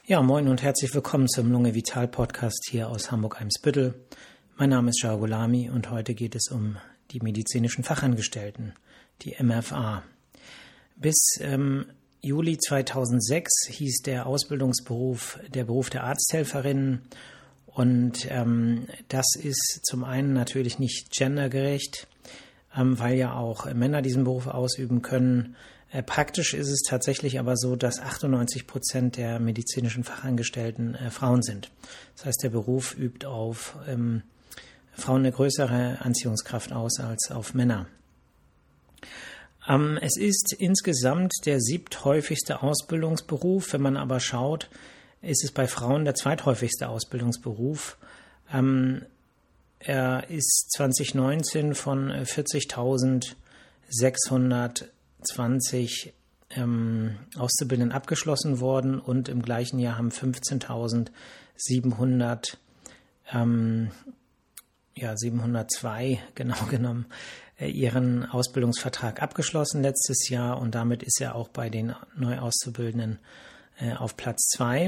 Ja, moin und herzlich willkommen zum Lunge Vital Podcast hier aus Hamburg-Eimsbüttel. Mein Name ist Shah Gholami und heute geht es um die medizinischen Fachangestellten, die MFA. Bis Juli 2006 hieß der Ausbildungsberuf der Beruf der Arzthelferinnen und das ist zum einen natürlich nicht gendergerecht, weil ja auch Männer diesen Beruf ausüben können. Praktisch ist es tatsächlich aber so, dass 98% der medizinischen Fachangestellten Frauen sind. Das heißt, der Beruf übt auf Frauen eine größere Anziehungskraft aus als auf Männer. Es ist insgesamt der siebthäufigste Ausbildungsberuf. Wenn man aber schaut, ist es bei Frauen der zweithäufigste Ausbildungsberuf. Er ist 2019 von 40.620 Auszubildenden abgeschlossen worden und im gleichen Jahr haben 15.700 702 genau genommen ihren Ausbildungsvertrag abgeschlossen letztes Jahr und damit ist er auch bei den Neuauszubildenden auf Platz 2.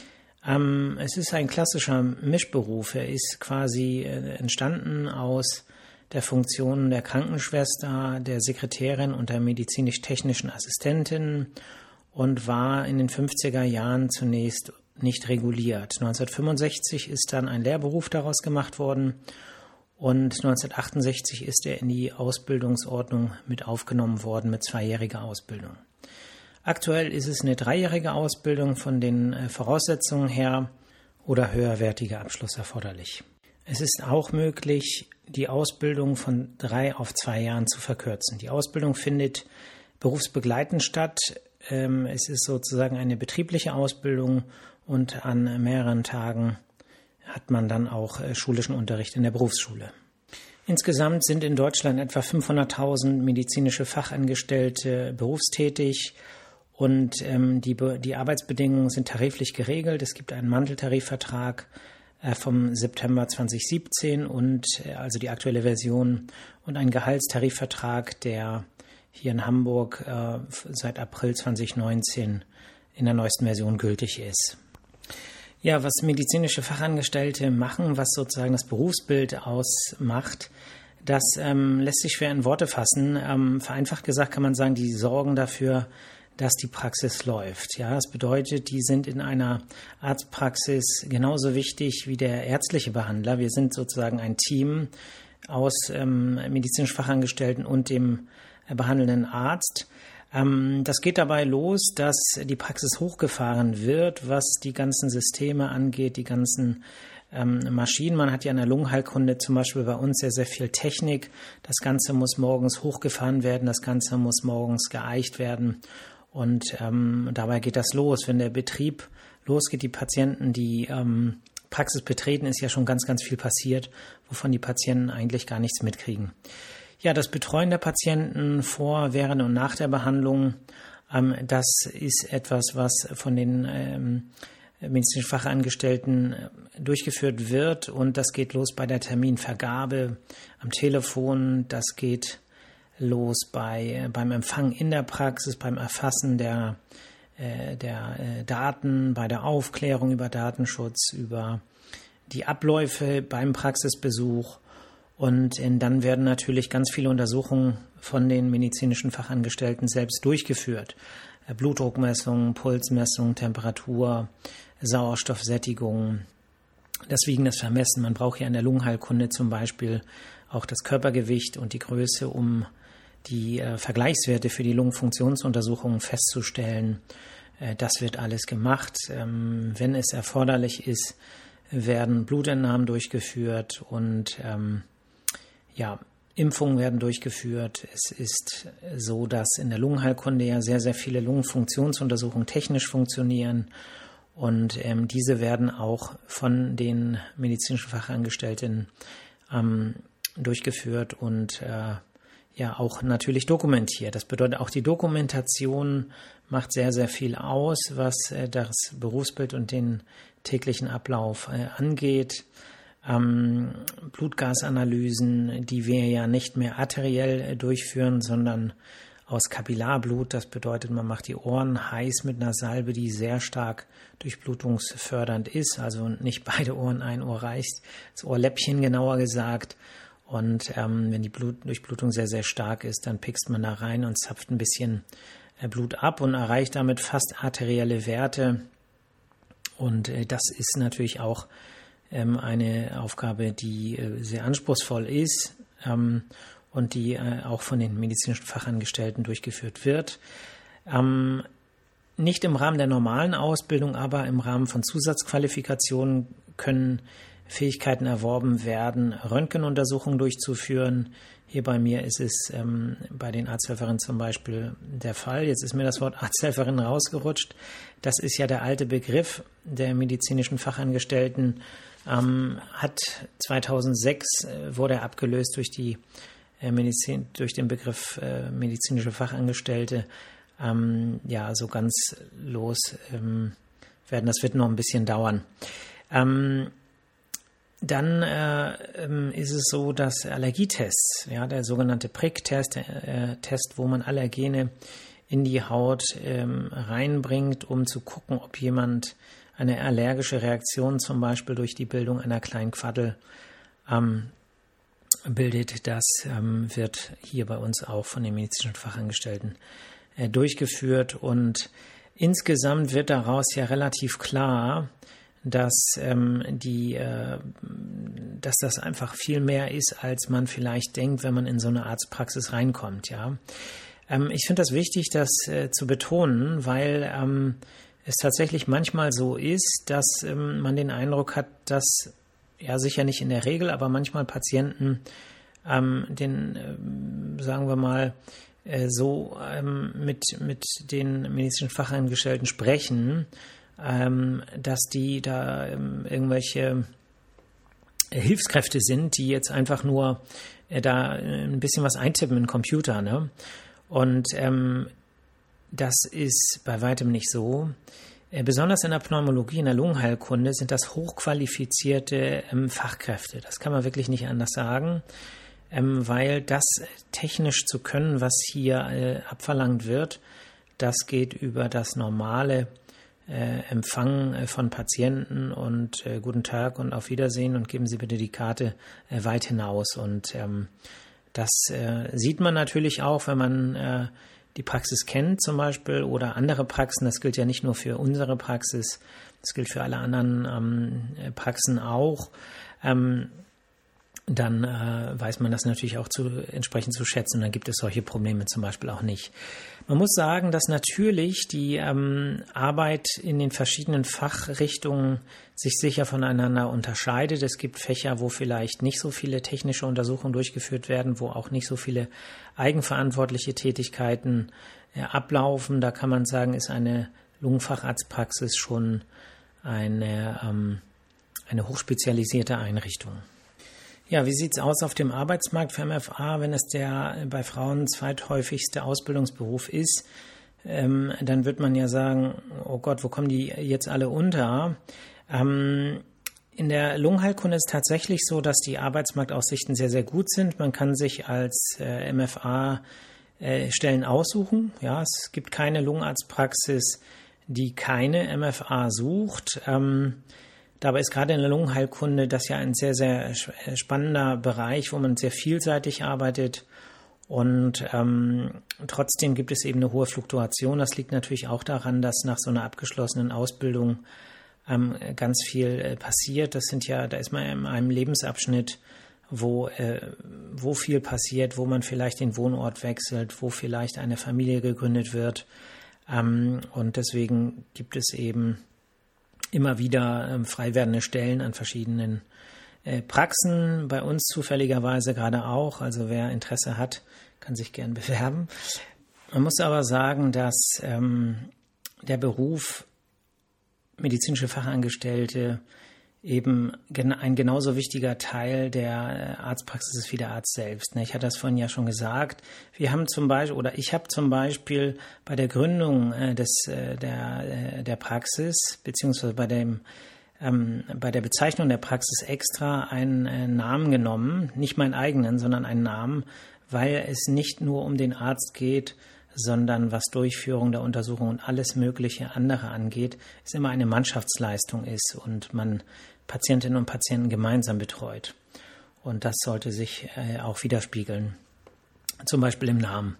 Es ist ein klassischer Mischberuf. Er ist quasi entstanden aus der Funktion der Krankenschwester, der Sekretärin und der medizinisch-technischen Assistentin und war in den 50er Jahren zunächst nicht reguliert. 1965 ist dann ein Lehrberuf daraus gemacht worden und 1968 ist er in die Ausbildungsordnung mit aufgenommen worden mit 2-jähriger Ausbildung. Aktuell ist es eine 3-jährige Ausbildung von den Voraussetzungen her oder höherwertiger Abschluss erforderlich. Es ist auch möglich, die Ausbildung von 3 auf 2 Jahren zu verkürzen. Die Ausbildung findet berufsbegleitend statt. Es ist sozusagen eine betriebliche Ausbildung und an mehreren Tagen hat man dann auch schulischen Unterricht in der Berufsschule. Insgesamt sind in Deutschland etwa 500.000 medizinische Fachangestellte berufstätig und die Arbeitsbedingungen sind tariflich geregelt. Es gibt einen Manteltarifvertrag vom September 2017 und also die aktuelle Version und ein Gehaltstarifvertrag, der hier in Hamburg seit April 2019 in der neuesten Version gültig ist. Ja, was medizinische Fachangestellte machen, was sozusagen das Berufsbild ausmacht, das lässt sich schwer in Worte fassen. Vereinfacht gesagt kann man sagen, die sorgen dafür, dass die Praxis läuft. Ja, das bedeutet, die sind in einer Arztpraxis genauso wichtig wie der ärztliche Behandler. Wir sind sozusagen ein Team aus medizinisch Fachangestellten und dem behandelnden Arzt. Das geht dabei los, dass die Praxis hochgefahren wird, was die ganzen Systeme angeht, die ganzen Maschinen. Man hat ja in der Lungenheilkunde zum Beispiel bei uns sehr, sehr viel Technik. Das Ganze muss morgens hochgefahren werden, das Ganze muss morgens geeicht werden. Und dabei geht das los. Wenn der Betrieb losgeht, die Patienten, die Praxis betreten, ist ja schon ganz, ganz viel passiert, wovon die Patienten eigentlich gar nichts mitkriegen. Ja, das Betreuen der Patienten vor, während und nach der Behandlung, das ist etwas, was von den medizinischen Fachangestellten durchgeführt wird. Und das geht los bei der Terminvergabe am Telefon, das geht los beim Empfang in der Praxis, beim Erfassen der Daten, bei der Aufklärung über Datenschutz, über die Abläufe beim Praxisbesuch. Und dann werden natürlich ganz viele Untersuchungen von den medizinischen Fachangestellten selbst durchgeführt. Blutdruckmessungen, Pulsmessungen, Temperatur, Sauerstoffsättigung, das Wiegen, das Vermessen. Man braucht ja in der Lungenheilkunde zum Beispiel auch das Körpergewicht und die Größe, um die Vergleichswerte für die Lungenfunktionsuntersuchungen festzustellen. Das wird alles gemacht. Wenn es erforderlich ist, werden Blutentnahmen durchgeführt und Impfungen werden durchgeführt. Es ist so, dass in der Lungenheilkunde ja sehr, sehr viele Lungenfunktionsuntersuchungen technisch funktionieren und diese werden auch von den medizinischen Fachangestellten durchgeführt und auch natürlich dokumentiert. Das bedeutet, auch die Dokumentation macht sehr, sehr viel aus, was das Berufsbild und den täglichen Ablauf angeht. Blutgasanalysen, die wir ja nicht mehr arteriell durchführen, sondern aus Kapillarblut. Das bedeutet, man macht die Ohren heiß mit einer Salbe, die sehr stark durchblutungsfördernd ist. Also nicht beide Ohren, ein Ohr reicht, das Ohrläppchen genauer gesagt. Und wenn die Durchblutung sehr, sehr stark ist, dann pickst man da rein und zapft ein bisschen Blut ab und erreicht damit fast arterielle Werte. Und das ist natürlich auch eine Aufgabe, die sehr anspruchsvoll ist und die auch von den medizinischen Fachangestellten durchgeführt wird. Nicht im Rahmen der normalen Ausbildung, aber im Rahmen von Zusatzqualifikationen können Fähigkeiten erworben werden, Röntgenuntersuchungen durchzuführen. Hier bei mir ist es bei den Arzthelferinnen zum Beispiel der Fall. Jetzt ist mir das Wort Arzthelferin rausgerutscht. Das ist ja der alte Begriff der medizinischen Fachangestellten. Hat 2006 wurde er abgelöst durch die durch den Begriff medizinische Fachangestellte. Ja, so ganz los werden. Das wird noch ein bisschen dauern. Dann ist es so, dass Allergietests, ja, der sogenannte Prick-Test, der Test, wo man Allergene in die Haut reinbringt, um zu gucken, ob jemand eine allergische Reaktion zum Beispiel durch die Bildung einer kleinen Quaddel bildet. Das wird hier bei uns auch von den medizinischen Fachangestellten durchgeführt. Und insgesamt wird daraus ja relativ klar, dass dass das einfach viel mehr ist, als man vielleicht denkt, wenn man in so eine Arztpraxis reinkommt. Ja, ich finde das wichtig, das zu betonen, weil es tatsächlich manchmal so ist, dass man den Eindruck hat, dass ja sicher nicht in der Regel, aber manchmal Patienten sagen wir mal so mit den medizinischen Fachangestellten sprechen, dass die da irgendwelche Hilfskräfte sind, die jetzt einfach nur da ein bisschen was eintippen in den Computer, ne? Und das ist bei weitem nicht so. Besonders in der Pneumologie, in der Lungenheilkunde sind das hochqualifizierte Fachkräfte. Das kann man wirklich nicht anders sagen, weil das technisch zu können, was hier abverlangt wird, das geht über das normale Empfang von Patienten und guten Tag und auf Wiedersehen und geben Sie bitte die Karte weit hinaus. Und das sieht man natürlich auch, wenn man die Praxis kennt zum Beispiel oder andere Praxen. Das gilt ja nicht nur für unsere Praxis, das gilt für alle anderen Praxen auch. Dann weiß man das natürlich auch entsprechend zu schätzen. Und dann gibt es solche Probleme zum Beispiel auch nicht. Man muss sagen, dass natürlich die Arbeit in den verschiedenen Fachrichtungen sich sicher voneinander unterscheidet. Es gibt Fächer, wo vielleicht nicht so viele technische Untersuchungen durchgeführt werden, wo auch nicht so viele eigenverantwortliche Tätigkeiten ablaufen. Da kann man sagen, ist eine Lungenfacharztpraxis schon eine hochspezialisierte Einrichtung. Ja, wie sieht's aus auf dem Arbeitsmarkt für MFA, wenn es der bei Frauen zweithäufigste Ausbildungsberuf ist? Dann wird man ja sagen, oh Gott, wo kommen die jetzt alle unter? In der Lungenheilkunde ist es tatsächlich so, dass die Arbeitsmarktaussichten sehr, sehr gut sind. Man kann sich als MFA Stellen aussuchen. Ja, es gibt keine Lungenarztpraxis, die keine MFA sucht. Dabei ist gerade in der Lungenheilkunde das ja ein sehr, sehr spannender Bereich, wo man sehr vielseitig arbeitet und trotzdem gibt es eben eine hohe Fluktuation. Das liegt natürlich auch daran, dass nach so einer abgeschlossenen Ausbildung ganz viel passiert. Da ist man in einem Lebensabschnitt, wo viel passiert, wo man vielleicht den Wohnort wechselt, wo vielleicht eine Familie gegründet wird und deswegen gibt es eben immer wieder frei werdende Stellen an verschiedenen Praxen, bei uns zufälligerweise gerade auch. Also wer Interesse hat, kann sich gern bewerben. Man muss aber sagen, dass der Beruf medizinische Fachangestellte eben ein genauso wichtiger Teil der Arztpraxis ist wie der Arzt selbst. Ich hatte das vorhin ja schon gesagt. Ich habe zum Beispiel bei der Gründung der Praxis beziehungsweise bei der Bezeichnung der Praxis extra einen Namen genommen, nicht meinen eigenen, sondern einen Namen, weil es nicht nur um den Arzt geht, sondern was Durchführung der Untersuchung und alles mögliche andere angeht, es immer eine Mannschaftsleistung ist und man Patientinnen und Patienten gemeinsam betreut. Und das sollte sich auch widerspiegeln, zum Beispiel im Namen.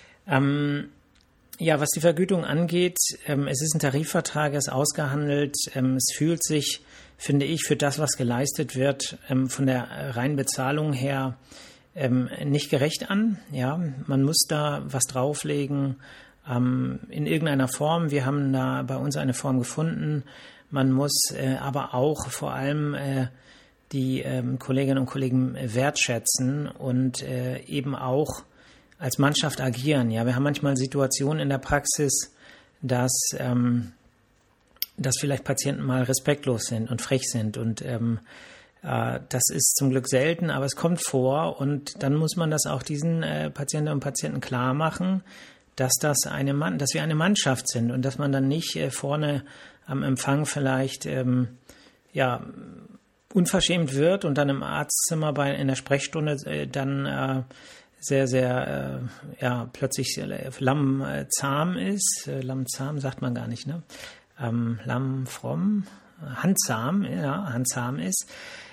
Was die Vergütung angeht, es ist ein Tarifvertrag, er ist ausgehandelt. Es fühlt sich, finde ich, für das, was geleistet wird, von der reinen Bezahlung her nicht gerecht an. Ja, man muss da was drauflegen in irgendeiner Form. Wir haben da bei uns eine Form gefunden. Man muss aber auch vor allem die Kolleginnen und Kollegen wertschätzen und eben auch als Mannschaft agieren. Ja, wir haben manchmal Situationen in der Praxis, dass vielleicht Patienten mal respektlos sind und frech sind und das ist zum Glück selten, aber es kommt vor und dann muss man das auch diesen Patientinnen und Patienten klar machen, dass wir eine Mannschaft sind und dass man dann nicht vorne am Empfang vielleicht unverschämt wird und dann im Arztzimmer in der Sprechstunde dann sehr, sehr plötzlich lammzahm ist. Lammzahm sagt man gar nicht, ne? Lammfromm, handzahm ist.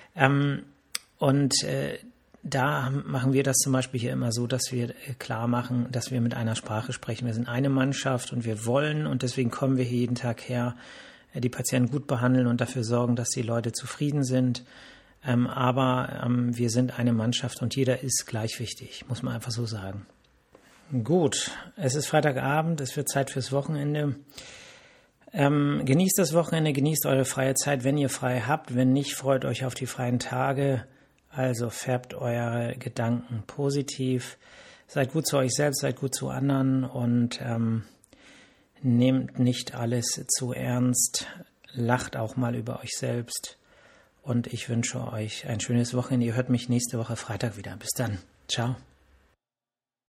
Da machen wir das zum Beispiel hier immer so, dass wir klar machen, dass wir mit einer Sprache sprechen. Wir sind eine Mannschaft und wir wollen und deswegen kommen wir hier jeden Tag her, die Patienten gut behandeln und dafür sorgen, dass die Leute zufrieden sind. Aber wir sind eine Mannschaft und jeder ist gleich wichtig, muss man einfach so sagen. Gut, es ist Freitagabend, es wird Zeit fürs Wochenende. Genießt das Wochenende, genießt eure freie Zeit, wenn ihr frei habt. Wenn nicht, freut euch auf die freien Tage. Also färbt eure Gedanken positiv. Seid gut zu euch selbst, seid gut zu anderen und nehmt nicht alles zu ernst. Lacht auch mal über euch selbst. Und ich wünsche euch ein schönes Wochenende. Ihr hört mich nächste Woche Freitag wieder. Bis dann. Ciao.